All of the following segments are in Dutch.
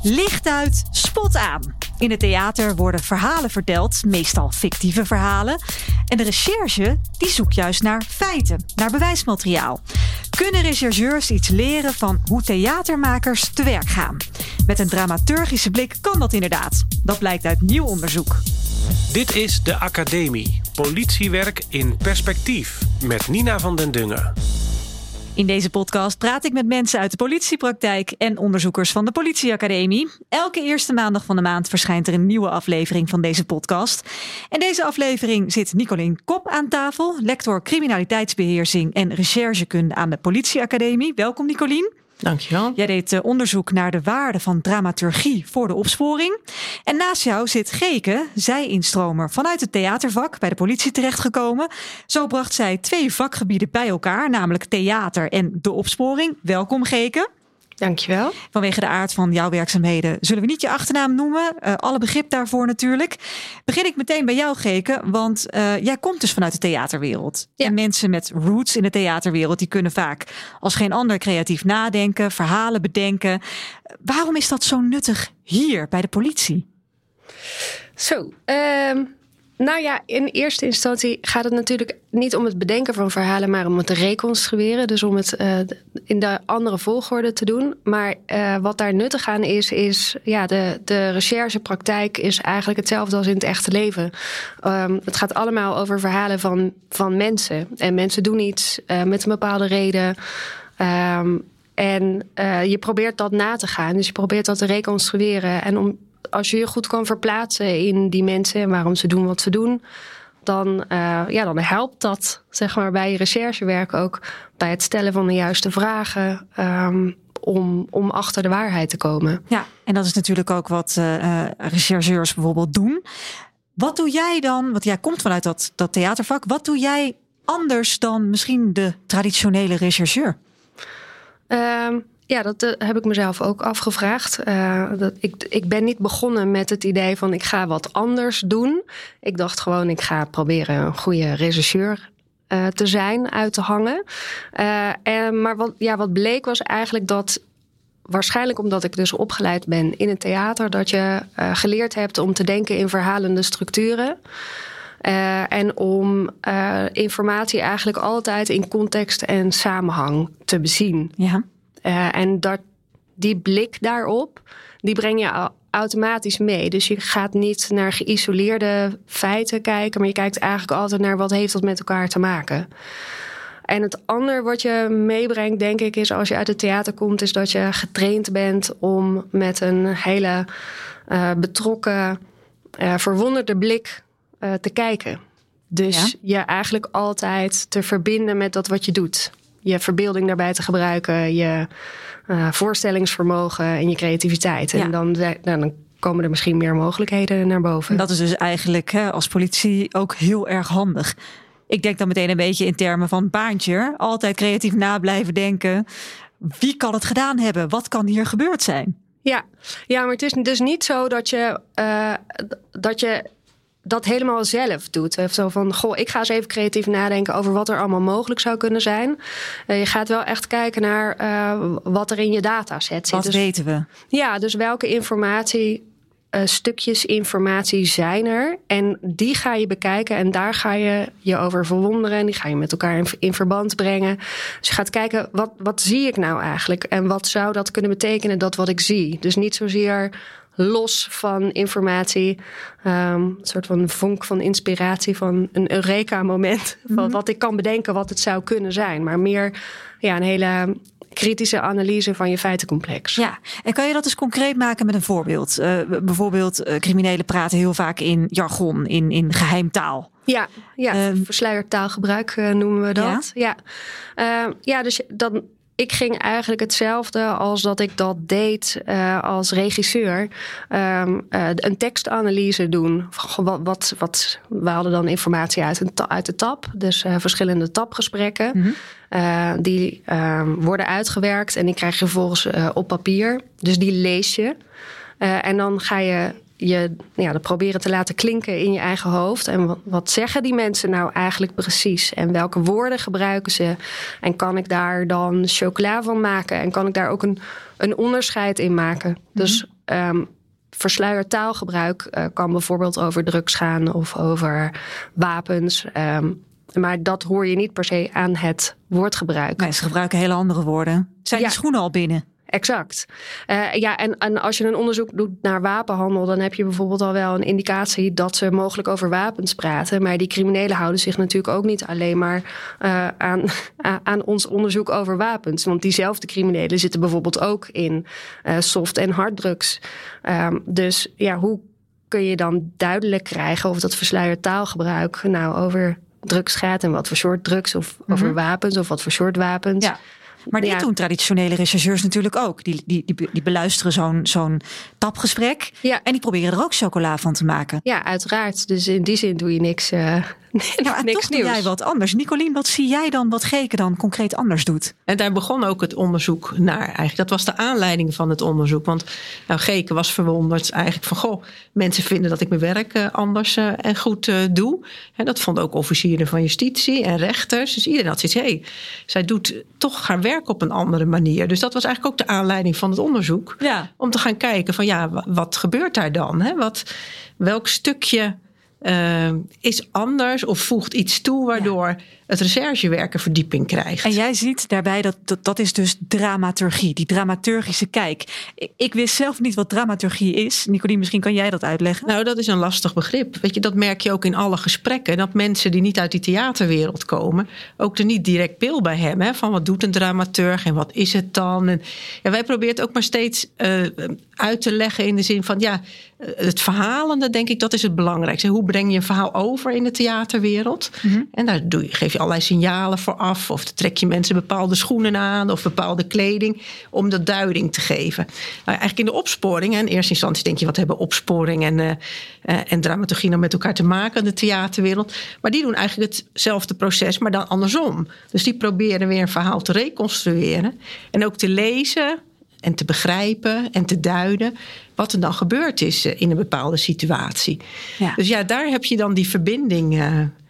Licht uit, spot aan. In het theater worden verhalen verteld, meestal fictieve verhalen. En de recherche die zoekt juist naar feiten, naar bewijsmateriaal. Kunnen rechercheurs iets leren van hoe theatermakers te werk gaan? Met een dramaturgische blik kan dat inderdaad. Dat blijkt uit nieuw onderzoek. Dit is de Academie. Politiewerk in perspectief. Met Nina van den Dungen. In deze podcast praat ik met mensen uit de politiepraktijk en onderzoekers van de Politieacademie. Elke eerste maandag van de maand verschijnt er een nieuwe aflevering van deze podcast. En deze aflevering zit Nicolien Kop aan tafel, lector criminaliteitsbeheersing en recherchekunde aan de Politieacademie. Welkom Nicolien. Dankjewel. Jij deed onderzoek naar de waarde van dramaturgie voor de opsporing. En naast jou zit Geke, zij-instromer vanuit het theatervak bij de politie terechtgekomen. Zo bracht zij 2 vakgebieden bij elkaar, namelijk theater en de opsporing. Welkom Geke. Dankjewel. Vanwege de aard van jouw werkzaamheden zullen we niet je achternaam noemen. Alle begrip daarvoor natuurlijk. Begin ik meteen bij jou, Geke, want jij komt dus vanuit de theaterwereld. Ja. En mensen met roots in de theaterwereld, die kunnen vaak als geen ander creatief nadenken, verhalen bedenken. Waarom is dat zo nuttig hier bij de politie? Nou ja, in eerste instantie gaat het natuurlijk niet om het bedenken van verhalen, maar om het te reconstrueren. Dus om het in de andere volgorde te doen. Maar wat daar nuttig aan is de recherchepraktijk is eigenlijk hetzelfde als in het echte leven. Het gaat allemaal over verhalen van mensen. En mensen doen iets met een bepaalde reden. Je probeert dat na te gaan. Dus je probeert dat te reconstrueren. En als je je goed kan verplaatsen in die mensen en waarom ze doen wat ze doen, dan helpt dat zeg maar bij je recherchewerk ook bij het stellen van de juiste vragen om achter de waarheid te komen. Ja, en dat is natuurlijk ook wat rechercheurs bijvoorbeeld doen. Wat doe jij dan, want jij komt vanuit dat theatervak, wat doe jij anders dan misschien de traditionele rechercheur? Ja, dat heb ik mezelf ook afgevraagd. Ik ben niet begonnen met het idee van ik ga wat anders doen. Ik dacht gewoon ik ga proberen een goede rechercheur te zijn, uit te hangen. Maar wat bleek was eigenlijk dat, waarschijnlijk omdat ik dus opgeleid ben in het theater, dat je geleerd hebt om te denken in verhalende structuren. En om informatie eigenlijk altijd in context en samenhang te bezien. Ja. En die blik daarop, die breng je automatisch mee. Dus je gaat niet naar geïsoleerde feiten kijken, maar je kijkt eigenlijk altijd naar wat heeft dat met elkaar te maken. En het andere wat je meebrengt, denk ik, is als je uit het theater komt, is dat je getraind bent om met een hele betrokken, verwonderde blik te kijken. Dus je eigenlijk altijd te verbinden met dat wat je doet. Je verbeelding daarbij te gebruiken, je voorstellingsvermogen en je creativiteit. En dan komen er misschien meer mogelijkheden naar boven. En dat is dus eigenlijk als politie ook heel erg handig. Ik denk dan meteen een beetje in termen van baantje. Altijd creatief na blijven denken. Wie kan het gedaan hebben? Wat kan hier gebeurd zijn? Ja, maar het is dus niet zo dat je dat helemaal zelf doet. Zo van, ik ga eens even creatief nadenken over wat er allemaal mogelijk zou kunnen zijn. Je gaat wel echt kijken naar wat er in je dataset zit. Wat weten we? Ja, dus welke stukjes informatie zijn er. En die ga je bekijken en daar ga je je over verwonderen. En die ga je met elkaar in verband brengen. Dus je gaat kijken, wat zie ik nou eigenlijk? En wat zou dat kunnen betekenen, dat wat ik zie? Dus niet zozeer los van informatie, een soort van vonk van inspiratie, van een Eureka-moment, van wat ik kan bedenken wat het zou kunnen zijn. Maar meer een hele kritische analyse van je feitencomplex. Ja, en kan je dat eens concreet maken met een voorbeeld? Bijvoorbeeld, criminelen praten heel vaak in jargon, in geheimtaal. Versluierd taalgebruik noemen we dat. Dus dan. Ik ging eigenlijk hetzelfde als dat ik dat deed als regisseur. Een tekstanalyse doen. We hadden dan informatie uit de TAP. Dus verschillende TAP-gesprekken. Mm-hmm. Die worden uitgewerkt en die krijg je vervolgens op papier. Dus die lees je. En dan ga je dat proberen te laten klinken in je eigen hoofd. En wat zeggen die mensen nou eigenlijk precies? En welke woorden gebruiken ze? En kan ik daar dan chocola van maken? En kan ik daar ook een onderscheid in maken? Dus versluierd taalgebruik kan bijvoorbeeld over drugs gaan of over wapens. Maar dat hoor je niet per se aan het woordgebruik. Nee, ze gebruiken hele andere woorden. Zijn die schoenen al binnen? Exact. En als je een onderzoek doet naar wapenhandel, dan heb je bijvoorbeeld al wel een indicatie dat ze mogelijk over wapens praten. Maar die criminelen houden zich natuurlijk ook niet alleen maar aan ons onderzoek over wapens. Want diezelfde criminelen zitten bijvoorbeeld ook in soft- en harddrugs. Dus hoe kun je dan duidelijk krijgen of dat versluierd taalgebruik nou over drugs gaat en wat voor soort drugs of over wapens of wat voor soort wapens. Ja. Maar dit doen traditionele rechercheurs natuurlijk ook. Die beluisteren zo'n tapgesprek. Ja. En die proberen er ook chocola van te maken. Ja, uiteraard. Dus in die zin doe je niks toch doe jij wat anders. Nicolien, wat zie jij dan wat Geke dan concreet anders doet? En daar begon ook het onderzoek naar eigenlijk. Dat was de aanleiding van het onderzoek. Want Geke was verwonderd eigenlijk van... goh, mensen vinden dat ik mijn werk anders en goed doe. En dat vonden ook officieren van justitie en rechters. Dus iedereen had zoiets, zij doet toch haar werk op een andere manier. Dus dat was eigenlijk ook de aanleiding van het onderzoek. Ja. Om te gaan kijken van wat gebeurt daar dan? Welk stukje is anders of voegt iets toe waardoor het recherchewerk een verdieping krijgt. En jij ziet daarbij dat is dus dramaturgie, die dramaturgische kijk. Ik wist zelf niet wat dramaturgie is. Nicolien, misschien kan jij dat uitleggen? Nou, dat is een lastig begrip. Weet je, dat merk je ook in alle gesprekken. Dat mensen die niet uit die theaterwereld komen ook er niet direct beeld bij hebben. Van wat doet een dramaturg en wat is het dan? En wij proberen het ook maar steeds uit te leggen in de zin van het verhalende, denk ik, dat is het belangrijkste. Hoe breng je een verhaal over in de theaterwereld? Mm-hmm. En daar geef je allerlei signalen voor af. Of trek je mensen bepaalde schoenen aan of bepaalde kleding om dat duiding te geven. Nou, eigenlijk in de opsporing, in eerste instantie denk je, wat hebben opsporing en dramaturgie nou met elkaar te maken in de theaterwereld? Maar die doen eigenlijk hetzelfde proces, maar dan andersom. Dus die proberen weer een verhaal te reconstrueren en ook te lezen en te begrijpen en te duiden wat er dan gebeurd is in een bepaalde situatie. Ja. Dus daar heb je dan die verbinding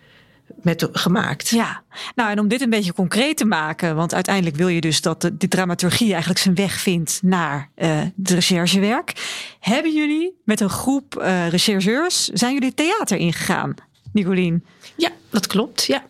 met gemaakt. Ja, nou en om dit een beetje concreet te maken, want uiteindelijk wil je dus dat de dramaturgie eigenlijk zijn weg vindt naar het recherchewerk. Hebben jullie met een groep rechercheurs, zijn jullie het theater ingegaan, Nicolien? Ja, dat klopt. Ja,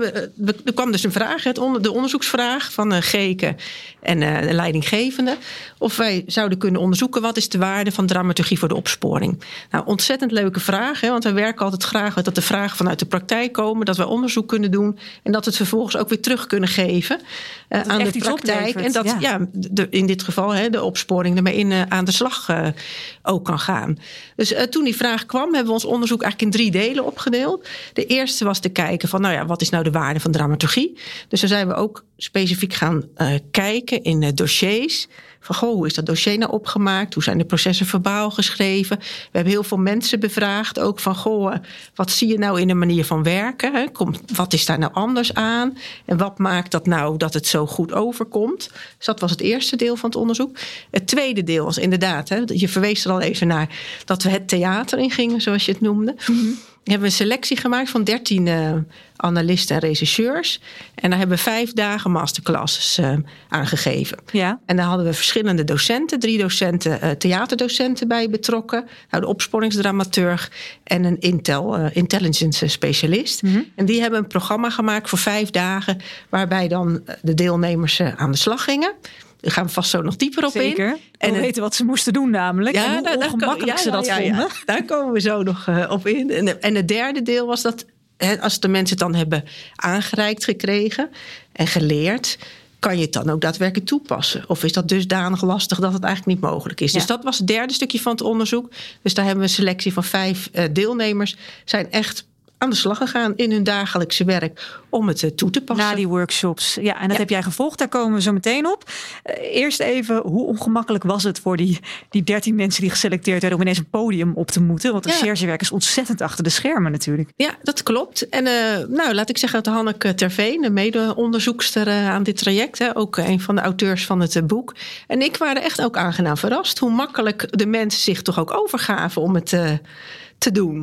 er kwam dus een vraag, de onderzoeksvraag van Geke en de leidinggevende, of wij zouden kunnen onderzoeken wat is de waarde van dramaturgie voor de opsporing. Nou, ontzettend leuke vraag, want wij werken altijd graag met dat de vragen vanuit de praktijk komen, dat wij onderzoek kunnen doen en dat we het vervolgens ook weer terug kunnen geven aan de praktijk. En dat in dit geval de opsporing ermee aan de slag ook kan gaan. Dus toen die vraag kwam, hebben we ons onderzoek eigenlijk in 3 delen opgedeeld. De eerste was te kijken van, wat is nou de waarde van dramaturgie? Dus daar zijn we ook specifiek gaan kijken in dossiers. Van, hoe is dat dossier nou opgemaakt? Hoe zijn de processen verbaal geschreven? We hebben heel veel mensen bevraagd. Ook van, wat zie je nou in de manier van werken? Wat is daar nou anders aan? En wat maakt dat nou dat het zo goed overkomt? Dus dat was het eerste deel van het onderzoek. Het tweede deel was inderdaad, je verwees er al even naar, dat we het theater ingingen, zoals je het noemde. Mm-hmm. We hebben een selectie gemaakt van 13 analisten en rechercheurs. En daar hebben we 5 dagen masterclasses aangegeven. Ja. En daar hadden we verschillende docenten. 3 docenten, theaterdocenten bij betrokken. Nou, de opsporingsdramaturg en een intelligence specialist. Mm-hmm. En die hebben een programma gemaakt voor 5 dagen. Waarbij dan de deelnemers aan de slag gingen. Daar gaan we vast zo nog dieper op in. Zeker. En we weten wat ze moesten doen namelijk. Ja, en hoe ongemakkelijk ze dat vonden. Ja. Daar komen we zo nog op in. En het derde deel was dat als de mensen het dan hebben aangereikt gekregen en geleerd, kan je het dan ook daadwerkelijk toepassen? Of is dat dusdanig lastig dat het eigenlijk niet mogelijk is? Ja. Dus dat was het derde stukje van het onderzoek. Dus daar hebben we een selectie van 5 deelnemers. Zijn echt aan de slag gegaan in hun dagelijkse werk om het toe te passen. Na die workshops. Ja, en dat heb jij gevolgd. Daar komen we zo meteen op. Eerst even, hoe ongemakkelijk was het voor die 13 mensen die geselecteerd werden om ineens een podium op te moeten? Want recherchewerk is ontzettend achter de schermen natuurlijk. Ja, dat klopt. En laat ik zeggen dat Hanneke Terveen, de mede-onderzoekster aan dit traject, ook een van de auteurs van het boek, en ik waren echt ook aangenaam verrast hoe makkelijk de mensen zich toch ook overgaven om het te doen.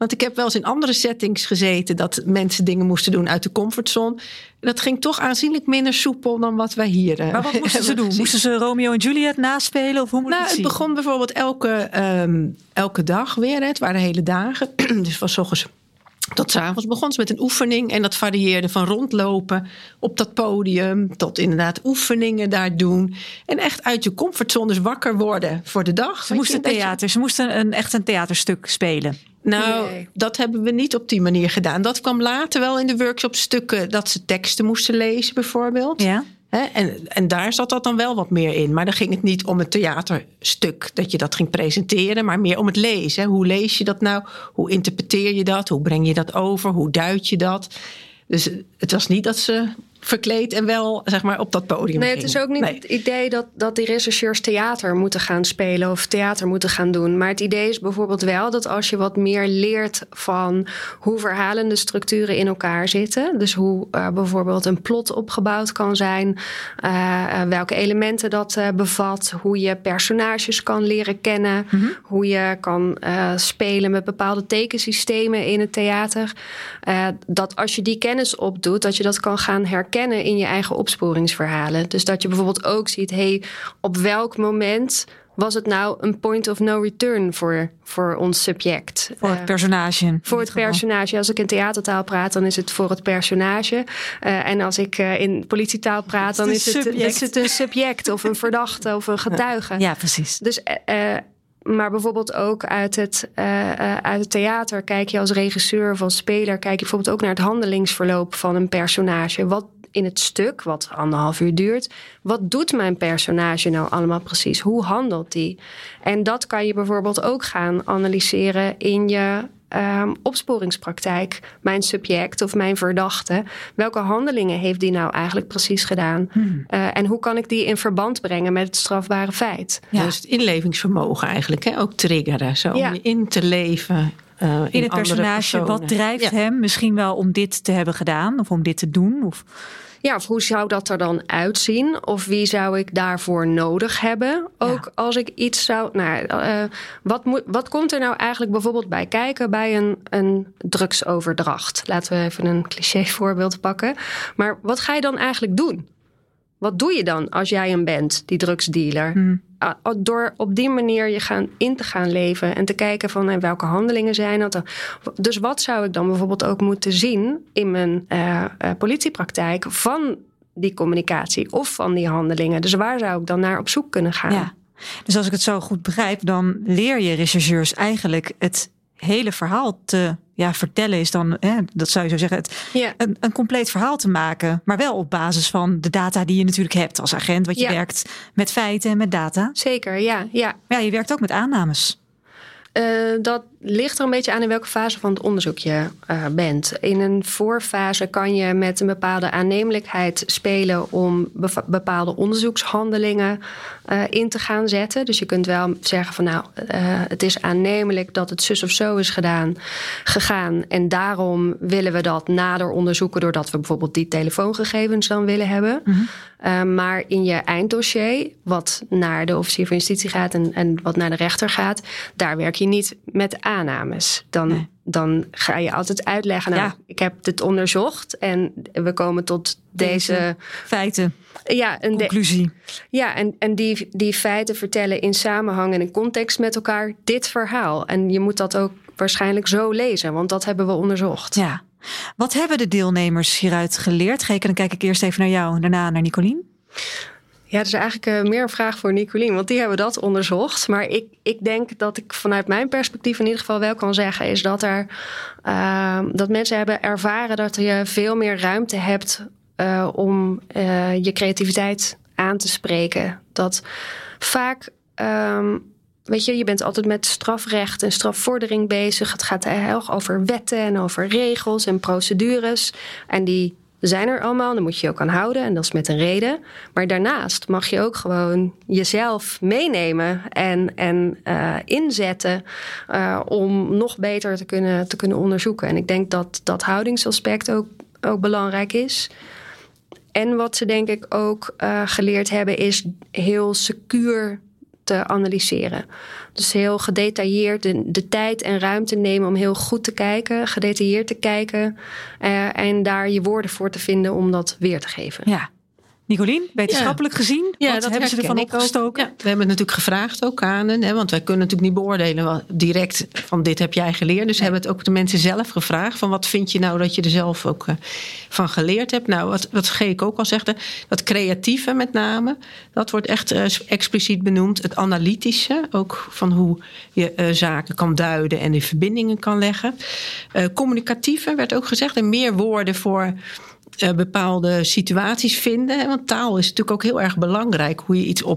Want ik heb wel eens in andere settings gezeten dat mensen dingen moesten doen uit de comfortzone. En dat ging toch aanzienlijk minder soepel dan wat wij hier Maar wat moesten ze doen? gezien. Moesten ze Romeo en Juliet naspelen? Of hoe moet Het zien? begon bijvoorbeeld elke dag weer. Het waren hele dagen. Dus van 's ochtends tot 's avonds begon ze met een oefening. En dat varieerde van rondlopen op dat podium tot inderdaad oefeningen daar doen. En echt uit je comfortzone dus wakker worden voor de dag. Ze moesten echt een theaterstuk spelen. Nou, Nee. dat hebben we niet op die manier gedaan. Dat kwam later wel in de workshop stukken dat ze teksten moesten lezen bijvoorbeeld. Ja. En daar zat dat dan wel wat meer in. Maar dan ging het niet om het theaterstuk dat je dat ging presenteren, maar meer om het lezen. Hoe lees je dat nou? Hoe interpreteer je dat? Hoe breng je dat over? Hoe duid je dat? Dus het was niet dat ze verkleed en wel zeg maar op dat podium Nee, gingen. het is ook niet het idee dat die rechercheurs theater moeten gaan spelen of theater moeten gaan doen. Maar het idee is bijvoorbeeld wel dat als je wat meer leert van hoe verhalende structuren in elkaar zitten. Dus hoe bijvoorbeeld een plot opgebouwd kan zijn. Welke elementen dat bevat. Hoe je personages kan leren kennen. Mm-hmm. Hoe je kan spelen met bepaalde tekensystemen in het theater. Dat als je die kennis opdoet, dat je dat kan gaan herkennen in je eigen opsporingsverhalen. Dus dat je bijvoorbeeld ook ziet, op welk moment was het nou een point of no return voor ons subject? Voor het personage. Voor het personage. Als ik in theatertaal praat, dan is het voor het personage. En als ik in politietaal praat, dan is het een subject of een verdachte of een getuige. Ja, precies. Dus maar bijvoorbeeld ook uit het theater kijk je als regisseur of als speler, kijk je bijvoorbeeld ook naar het handelingsverloop van een personage. Wat in het stuk, wat 1,5 uur duurt, wat doet mijn personage nou allemaal precies? Hoe handelt die? En dat kan je bijvoorbeeld ook gaan analyseren in je opsporingspraktijk. Mijn subject of mijn verdachte. Welke handelingen heeft die nou eigenlijk precies gedaan? En hoe kan ik die in verband brengen met het strafbare feit? Ja. Dus het inlevingsvermogen eigenlijk ook triggeren. Zo om je in te leven in het personage. Personen. Wat drijft hem misschien wel om dit te hebben gedaan? Of om dit te doen? Of hoe zou dat er dan uitzien? Of wie zou ik daarvoor nodig hebben? Ook als ik iets zou... wat komt er nou eigenlijk bijvoorbeeld bij kijken bij een drugsoverdracht? Laten we even een cliché voorbeeld pakken. Maar wat ga je dan eigenlijk doen? Wat doe je dan als jij hem bent, die drugsdealer? Door op die manier in te gaan leven en te kijken van welke handelingen zijn dat. Dus wat zou ik dan bijvoorbeeld ook moeten zien in mijn politiepraktijk van die communicatie of van die handelingen? Dus waar zou ik dan naar op zoek kunnen gaan? Ja. Dus als ik het zo goed begrijp, dan leer je rechercheurs eigenlijk het hele verhaal te vertellen is dan, dat zou je zo zeggen, een compleet verhaal te maken. Maar wel op basis van de data die je natuurlijk hebt als agent. Want je werkt met feiten en met data. Zeker, ja. Ja, je werkt ook met aannames. Dat ligt er een beetje aan in welke fase van het onderzoek je bent. In een voorfase kan je met een bepaalde aannemelijkheid spelen om bepaalde onderzoekshandelingen in te gaan zetten. Dus je kunt wel zeggen van het is aannemelijk dat het zus of zo is gegaan. En daarom willen we dat nader onderzoeken doordat we bijvoorbeeld die telefoongegevens dan willen hebben. Mm-hmm. Maar in je einddossier, wat naar de officier van justitie gaat en wat naar de rechter gaat, daar werk je niet met aannames. Dan ga je altijd uitleggen, ik heb dit onderzocht en we komen tot deze feiten. Conclusie. En die feiten vertellen in samenhang en in context met elkaar dit verhaal. En je moet dat ook waarschijnlijk zo lezen, want dat hebben we onderzocht. Ja. Wat hebben de deelnemers hieruit geleerd? Geeke, dan kijk ik eerst even naar jou en daarna naar Nicolien. Ja, dat is eigenlijk meer een vraag voor Nicolien, want die hebben dat onderzocht. Maar ik denk dat ik vanuit mijn perspectief in ieder geval wel kan zeggen, is dat dat mensen hebben ervaren dat je veel meer ruimte hebt om je creativiteit aan te spreken. Dat vaak, je bent altijd met strafrecht en strafvordering bezig. Het gaat heel erg over wetten en over regels en procedures. En die zijn er allemaal, daar moet je je ook aan houden. En dat is met een reden. Maar daarnaast mag je ook gewoon jezelf meenemen en inzetten om nog beter te kunnen onderzoeken. En ik denk dat houdingsaspect ook belangrijk is. En wat ze denk ik ook geleerd hebben is heel secuur te analyseren. Dus heel gedetailleerd de tijd en ruimte nemen om heel goed te kijken, gedetailleerd te kijken en daar je woorden voor te vinden om dat weer te geven. Ja. Nicolien, wetenschappelijk gezien, wat hebben ze ervan opgestoken? Ja, we hebben het natuurlijk gevraagd ook aan hen, want wij kunnen natuurlijk niet beoordelen direct van dit heb jij geleerd. Dus hebben het ook de mensen zelf gevraagd van wat vind je nou dat je er zelf ook van geleerd hebt. Nou, wat Geek ook al zegt, dat creatieve met name, dat wordt echt expliciet benoemd. Het analytische, ook van hoe je zaken kan duiden en die verbindingen kan leggen. Communicatieve werd ook gezegd en meer woorden voor bepaalde situaties vinden. Want taal is natuurlijk ook heel erg belangrijk, hoe je iets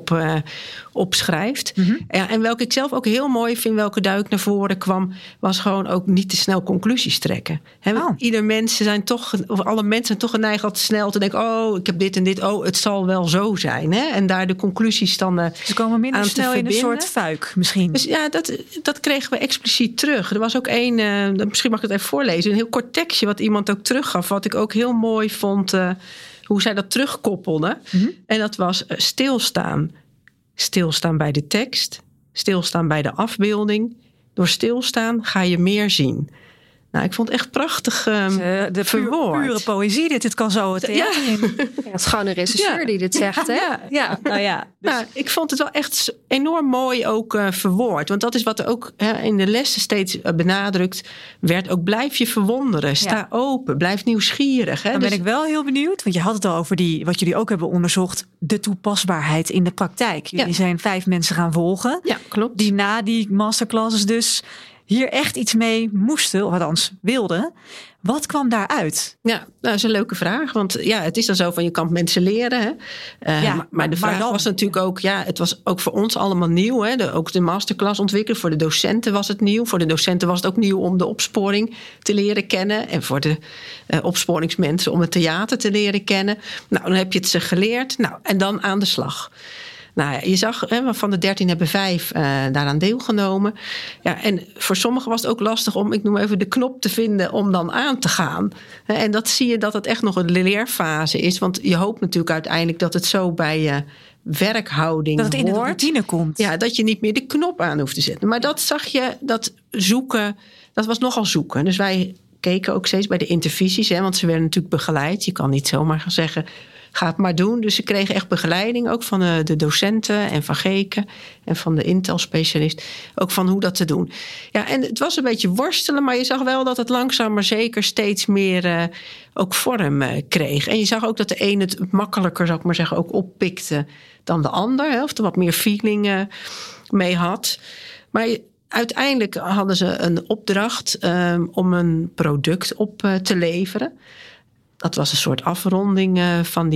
opschrijft. Mm-hmm. Ja, en welke ik zelf ook heel mooi vind, welke duik naar voren kwam, was gewoon ook niet te snel conclusies trekken. Ieder mens zijn toch, of alle mensen zijn toch geneigd al te snel te denken, oh, ik heb dit en dit, oh, het zal wel zo zijn. En daar de conclusies dan ze komen minder snel in een soort fuik misschien. Dus ja, dat kregen we expliciet terug. Er was ook misschien mag ik het even voorlezen, een heel kort tekstje wat iemand ook teruggaf, wat ik ook heel mooi vond, hoe zij dat terugkoppelde. Mm-hmm. En dat was stilstaan. Stilstaan bij de tekst. Stilstaan bij de afbeelding. Door stilstaan ga je meer zien. Nou, ik vond het echt prachtig de verwoord. Pure poëzie dit kan zo het theater in. Ja, het is gewoon een regisseur die dit zegt. Hè? Ja. Dus. Nou, ik vond het wel echt enorm mooi ook verwoord. Want dat is wat er ook in de lessen steeds benadrukt werd. Ook blijf je verwonderen. Sta open. Blijf nieuwsgierig. Dan ben ik wel heel benieuwd. Want je had het al over wat jullie ook hebben onderzocht. De toepasbaarheid in de praktijk. Jullie zijn 5 mensen gaan volgen. Ja, klopt. Die na die masterclasses dus hier echt iets mee moesten, of althans wilden. Wat kwam daaruit? Ja, dat is een leuke vraag. Want ja, het is dan zo van je kan mensen leren. Hè? Maar de vraag was natuurlijk ook, het was ook voor ons allemaal nieuw. Hè? Ook de masterclass ontwikkelen. Voor de docenten was het nieuw. Voor de docenten was het ook nieuw om de opsporing te leren kennen. En voor de opsporingsmensen om het theater te leren kennen. Nou, dan heb je het ze geleerd. Nou, en dan aan de slag. Nou, je zag, van de 13 hebben 5 daaraan deelgenomen. Ja, en voor sommigen was het ook lastig om, ik noem even de knop te vinden om dan aan te gaan. En dat zie je dat het echt nog een leerfase is. Want je hoopt natuurlijk uiteindelijk dat het zo bij je werkhouding dat het in hoort. de routine komt. Ja, dat je niet meer de knop aan hoeft te zetten. Maar dat zag je, dat zoeken, dat was nogal zoeken. Dus wij keken ook steeds bij de intervisies, want ze werden natuurlijk begeleid. Je kan niet zomaar gaan zeggen, ga het maar doen. Dus ze kregen echt begeleiding ook van de docenten en van Geke en van de Intel-specialist. Ook van hoe dat te doen. Ja, en het was een beetje worstelen, maar je zag wel dat het langzaam maar zeker steeds meer ook vorm kreeg. En je zag ook dat de een het makkelijker, zou ik maar zeggen, ook oppikte dan de ander. Of er wat meer feeling mee had. Maar uiteindelijk hadden ze een opdracht om een product op te leveren. Dat was een soort afronding van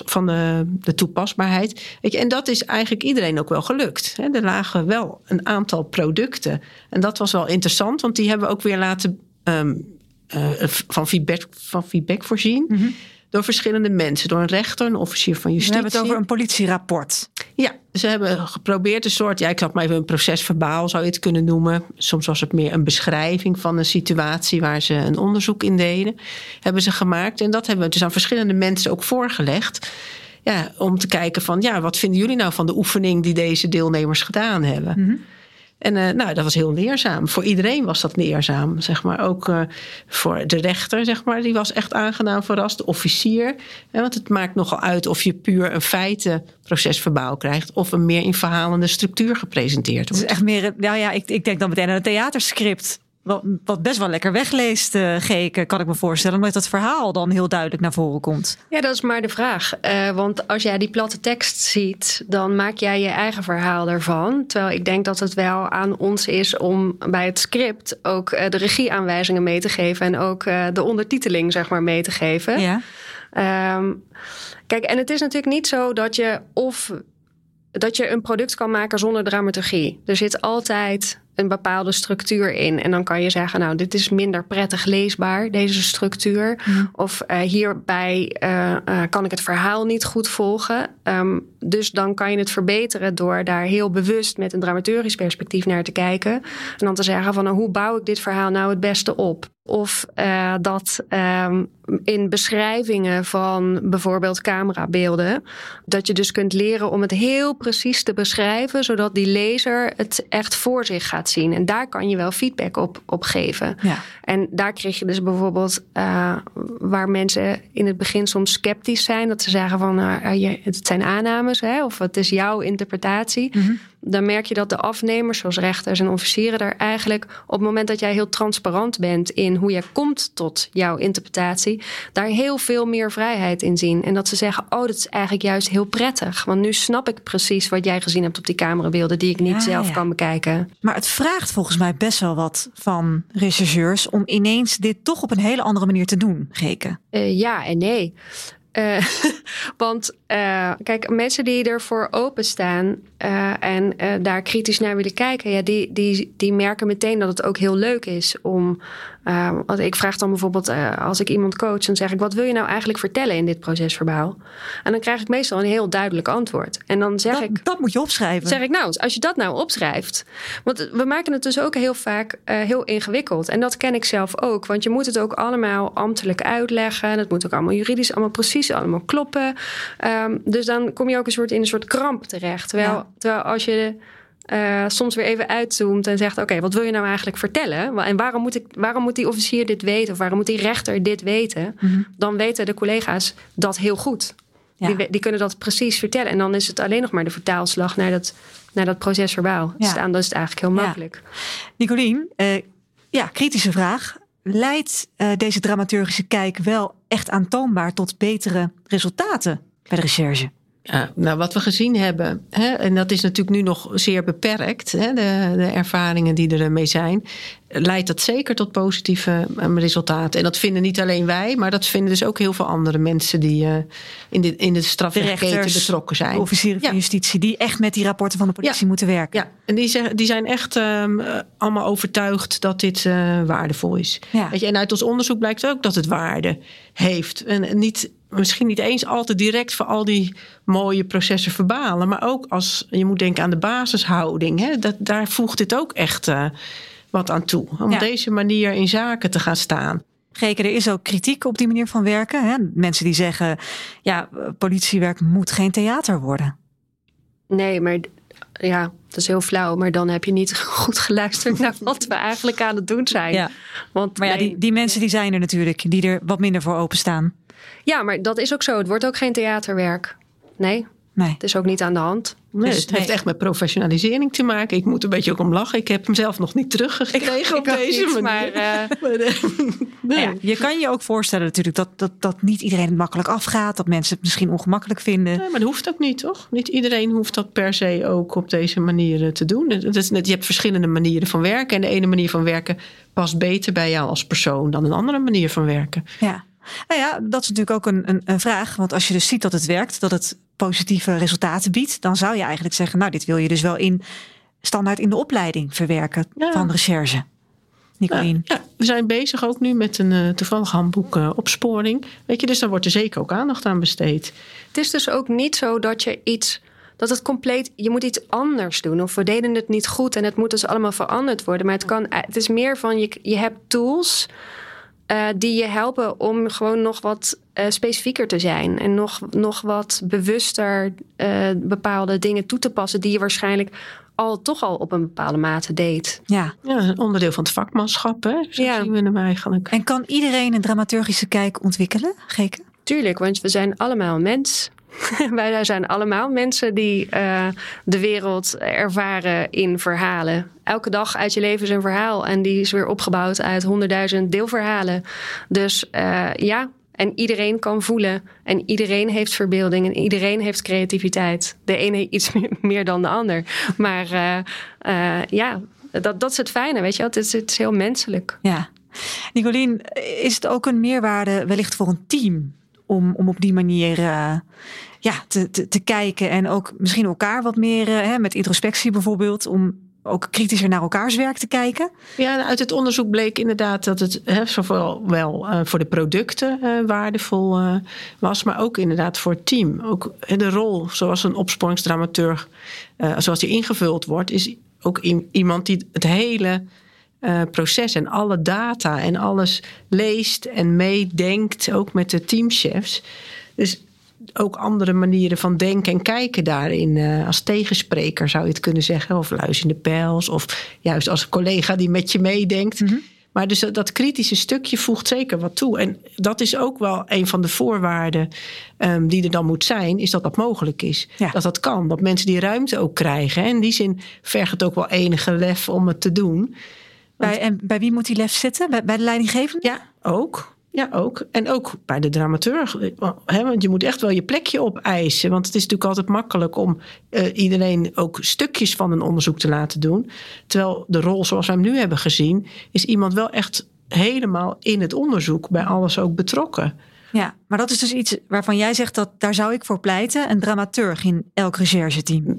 de toepasbaarheid. Weet je, en dat is eigenlijk iedereen ook wel gelukt. Hè. Er lagen wel een aantal producten. En dat was wel interessant, want die hebben we ook weer laten van feedback voorzien. Mm-hmm. Door verschillende mensen. Door een rechter, een officier van justitie. We hebben het over een politierapport. Ja, ze hebben geprobeerd een soort, ik zal het maar even een procesverbaal zou je het kunnen noemen. Soms was het meer een beschrijving van een situatie waar ze een onderzoek in deden. Hebben ze gemaakt. En dat hebben we dus aan verschillende mensen ook voorgelegd. Ja, om te kijken van, wat vinden jullie nou van de oefening die deze deelnemers gedaan hebben? Mm-hmm. En dat was heel leerzaam. Voor iedereen was dat leerzaam, zeg maar. Ook voor de rechter, zeg maar. Die was echt aangenaam verrast. De officier. Want het maakt nogal uit of je puur een feitenprocesverbaal krijgt, of een meer in verhalende structuur gepresenteerd wordt. Het is echt meer, ik denk dan meteen aan een theaterscript. Wat best wel lekker wegleest, Geke, kan ik me voorstellen. Omdat dat verhaal dan heel duidelijk naar voren komt. Ja, dat is maar de vraag. Want als jij die platte tekst ziet, dan maak jij je eigen verhaal ervan. Terwijl ik denk dat het wel aan ons is om bij het script ook de regieaanwijzingen mee te geven. En ook de ondertiteling, zeg maar, mee te geven. Ja. Kijk, en het is natuurlijk niet zo dat je een product kan maken zonder dramaturgie. Er zit altijd een bepaalde structuur in. En dan kan je zeggen, nou, dit is minder prettig leesbaar, deze structuur. Of hierbij kan ik het verhaal niet goed volgen. Dus dan kan je het verbeteren door daar heel bewust met een dramaturgisch perspectief naar te kijken. En dan te zeggen van, hoe bouw ik dit verhaal nou het beste op? Of dat in beschrijvingen van bijvoorbeeld camerabeelden, dat je dus kunt leren om het heel precies te beschrijven, zodat die lezer het echt voor zich gaat zien. En daar kan je wel feedback op geven. Ja. En daar kreeg je dus bijvoorbeeld waar mensen in het begin soms sceptisch zijn, dat ze zeggen van het zijn aannames, hè, of het is jouw interpretatie. Mm-hmm. Dan merk je dat de afnemers, zoals rechters en officieren, daar eigenlijk op het moment dat jij heel transparant bent in hoe jij komt tot jouw interpretatie, daar heel veel meer vrijheid in zien. En dat ze zeggen, dat is eigenlijk juist heel prettig. Want nu snap ik precies wat jij gezien hebt op die camerabeelden die ik niet zelf kan bekijken. Maar het vraagt volgens mij best wel wat van rechercheurs om ineens dit toch op een hele andere manier te doen, Geke. Ja en nee. Want kijk, mensen die ervoor openstaan en daar kritisch naar willen kijken, die merken meteen dat het ook heel leuk is om. Ik vraag dan bijvoorbeeld als ik iemand coach, dan zeg ik, wat wil je nou eigenlijk vertellen in dit procesverbaal? En dan krijg ik meestal een heel duidelijk antwoord. En dan zeg ik, dat moet je opschrijven. Zeg ik, nou, als je dat nou opschrijft. Want we maken het dus ook heel vaak heel ingewikkeld. En dat ken ik zelf ook. Want je moet het ook allemaal ambtelijk uitleggen. Het moet ook allemaal juridisch, allemaal precies, allemaal kloppen. Dus dan kom je ook in een soort kramp terecht. Terwijl als je soms weer even uitzoomt en zegt, oké, wat wil je nou eigenlijk vertellen? En waarom moet die officier dit weten? Of waarom moet die rechter dit weten? Mm-hmm. Dan weten de collega's dat heel goed. Ja. Die kunnen dat precies vertellen. En dan is het alleen nog maar de vertaalslag naar dat procesverbaal staan. Dat is het eigenlijk heel makkelijk. Nicolien, kritische vraag. Leidt deze dramaturgische kijk wel echt aantoonbaar tot betere resultaten bij de recherche? Ja, nou, wat we gezien hebben, en dat is natuurlijk nu nog zeer beperkt, de ervaringen die er mee zijn, leidt dat zeker tot positieve resultaten. En dat vinden niet alleen wij, maar dat vinden dus ook heel veel andere mensen die in de strafrechtketen betrokken zijn. Officieren van justitie, die echt met die rapporten van de politie moeten werken. Ja, en die zijn echt allemaal overtuigd dat dit waardevol is. Ja. Weet je, en uit ons onderzoek blijkt ook dat het waarde heeft. En misschien niet eens altijd direct voor al die mooie processen verbalen, maar ook als je moet denken aan de basishouding. Daar voegt dit ook echt wat aan toe. Om op deze manier in zaken te gaan staan. Geke, er is ook kritiek op die manier van werken. Hè? Mensen die zeggen, politiewerk moet geen theater worden. Nee, maar dat is heel flauw. Maar dan heb je niet goed geluisterd naar wat we eigenlijk aan het doen zijn. Ja. Maar die mensen die zijn er natuurlijk, die er wat minder voor openstaan. Ja, maar dat is ook zo. Het wordt ook geen theaterwerk. Nee. Het is ook niet aan de hand. Nee, het heeft echt met professionalisering te maken. Ik moet een beetje ook om lachen. Ik heb hem zelf nog niet teruggekregen op deze manier. Je kan je ook voorstellen natuurlijk dat niet iedereen het makkelijk afgaat. Dat mensen het misschien ongemakkelijk vinden. Nee, maar dat hoeft ook niet, toch? Niet iedereen hoeft dat per se ook op deze manier te doen. Je hebt verschillende manieren van werken. En de ene manier van werken past beter bij jou als persoon dan een andere manier van werken. Ja. Nou ja, dat is natuurlijk ook een vraag. Want als je dus ziet dat het werkt, dat het positieve resultaten biedt, dan zou je eigenlijk zeggen, nou, dit wil je dus wel standaard in de opleiding verwerken van recherche. Nicolien. Ja, we zijn bezig ook nu met een toevallig handboek opsporing. Weet je, dus daar wordt er zeker ook aandacht aan besteed. Het is dus ook niet zo dat je moet iets anders doen. Of we deden het niet goed en het moet dus allemaal veranderd worden. Maar het is meer van, je hebt tools die je helpen om gewoon nog wat specifieker te zijn. En nog wat bewuster bepaalde dingen toe te passen die je waarschijnlijk toch al op een bepaalde mate deed. Ja, een onderdeel van het vakmanschap, hè? Zo zien we hem eigenlijk. En kan iedereen een dramaturgische kijk ontwikkelen, Geke? Tuurlijk, want we zijn allemaal mens. Wij zijn allemaal mensen die de wereld ervaren in verhalen. Elke dag uit je leven is een verhaal. En die is weer opgebouwd uit 100.000 deelverhalen. Dus en iedereen kan voelen. En iedereen heeft verbeelding. En iedereen heeft creativiteit. De ene iets meer dan de ander. Maar dat is het fijne, weet je wel. Het is heel menselijk. Ja. Nicolien, is het ook een meerwaarde wellicht voor een team om op die manier te kijken en ook misschien elkaar wat meer met introspectie bijvoorbeeld, om ook kritischer naar elkaars werk te kijken. Ja, uit het onderzoek bleek inderdaad dat het zowel wel voor de producten waardevol was, maar ook inderdaad voor het team. Ook de rol zoals een opsporingsdramaturg, zoals die ingevuld wordt, is ook iemand die het hele proces en alle data en alles leest en meedenkt, ook met de teamchefs. Dus ook andere manieren van denken en kijken daarin. Als tegenspreker zou je het kunnen zeggen. Of luis in de pels. Of juist als een collega die met je meedenkt. Mm-hmm. Maar dus dat kritische stukje voegt zeker wat toe. En dat is ook wel een van de voorwaarden die er dan moet zijn. Is dat dat mogelijk is. Ja. Dat kan. Dat mensen die ruimte ook krijgen. En in die zin vergt het ook wel enige lef om het te doen. En bij wie moet die lef zitten? Bij de leidinggevende? Ja, ook. Ja, ook. En ook bij de dramaturg. Want je moet echt wel je plekje opeisen. Want het is natuurlijk altijd makkelijk om iedereen ook stukjes van een onderzoek te laten doen. Terwijl de rol zoals we hem nu hebben gezien, is iemand wel echt helemaal in het onderzoek, bij alles ook betrokken. Ja, maar dat is dus iets waarvan jij zegt dat daar zou ik voor pleiten. Een dramaturg in elk rechercheteam.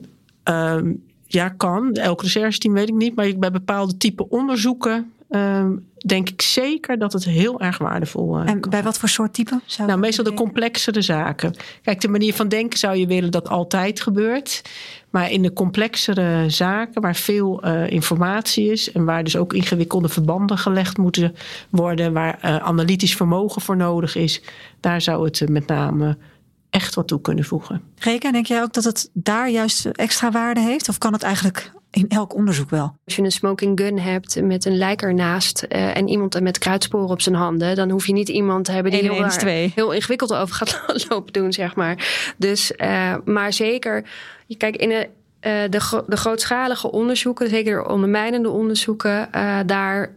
Ja, kan. Elk rechercheteam weet ik niet. Maar bij bepaalde type onderzoeken denk ik zeker dat het heel erg waardevol is. En bij wat voor soort type? Meestal de complexere zaken. Kijk, de manier van denken zou je willen dat altijd gebeurt. Maar in de complexere zaken, waar veel informatie is en waar dus ook ingewikkelde verbanden gelegd moeten worden, waar analytisch vermogen voor nodig is, daar zou het met name echt wat toe kunnen voegen. Reka, denk jij ook dat het daar juist extra waarde heeft? Of kan het eigenlijk in elk onderzoek wel? Als je een smoking gun hebt met een lijk ernaast en iemand met kruidsporen op zijn handen, dan hoef je niet iemand te hebben die heel ingewikkeld over gaat lopen doen, zeg maar. Dus, maar zeker, kijk, in de grootschalige onderzoeken, zeker de ondermijnende onderzoeken, daar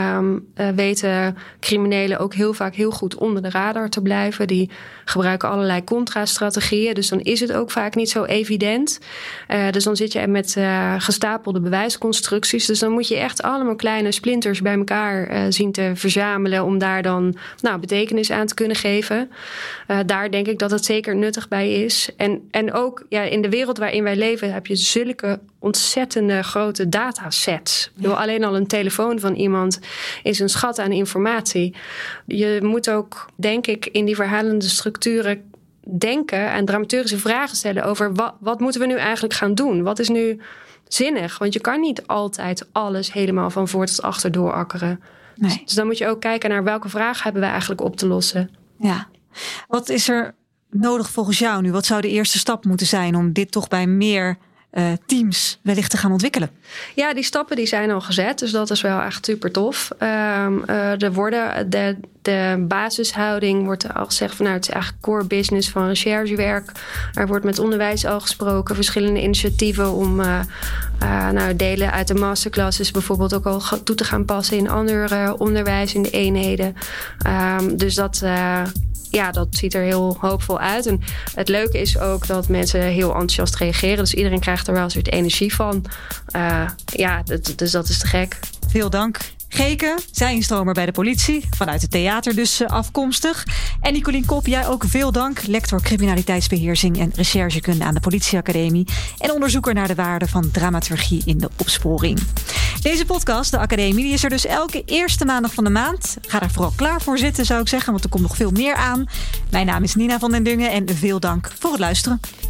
weten criminelen ook heel vaak heel goed onder de radar te blijven. Die gebruiken allerlei contrastrategieën. Dus dan is het ook vaak niet zo evident. Dus dan zit je met gestapelde bewijsconstructies. Dus dan moet je echt allemaal kleine splinters bij elkaar zien te verzamelen om daar dan betekenis aan te kunnen geven. Daar denk ik dat het zeker nuttig bij is. En ook in de wereld waarin wij leven heb je zulke ontzettende grote datasets. Ja. Alleen al een telefoon van iemand is een schat aan informatie. Je moet ook, denk ik, in die verhalende structuren denken en dramaturgische vragen stellen over wat moeten we nu eigenlijk gaan doen? Wat is nu zinnig? Want je kan niet altijd alles helemaal van voor tot achter doorakkeren. Nee. Dus dan moet je ook kijken naar welke vragen hebben we eigenlijk op te lossen. Ja. Wat is er nodig volgens jou nu? Wat zou de eerste stap moeten zijn om dit toch bij meer teams wellicht te gaan ontwikkelen? Ja, die stappen die zijn al gezet. Dus dat is wel echt super tof. De basishouding wordt al gezegd van het is eigenlijk core business van recherchewerk. Er wordt met onderwijs al gesproken. Verschillende initiatieven om delen uit de masterclasses bijvoorbeeld ook al toe te gaan passen in ander onderwijs in de eenheden. Dus dat ziet er heel hoopvol uit. En het leuke is ook dat mensen heel enthousiast reageren. Dus iedereen krijgt er wel een soort energie van. Dus dat is te gek. Veel dank. Geke, zijinstromer bij de politie. Vanuit het theater dus afkomstig. En Nicolien Kop, jij ook veel dank. Lector criminaliteitsbeheersing en recherchekunde aan de Politieacademie. En onderzoeker naar de waarde van dramaturgie in de opsporing. Deze podcast, de Academie, die is er dus elke eerste maandag van de maand. Ga daar vooral klaar voor zitten, zou ik zeggen, want er komt nog veel meer aan. Mijn naam is Nina van den Dungen en veel dank voor het luisteren.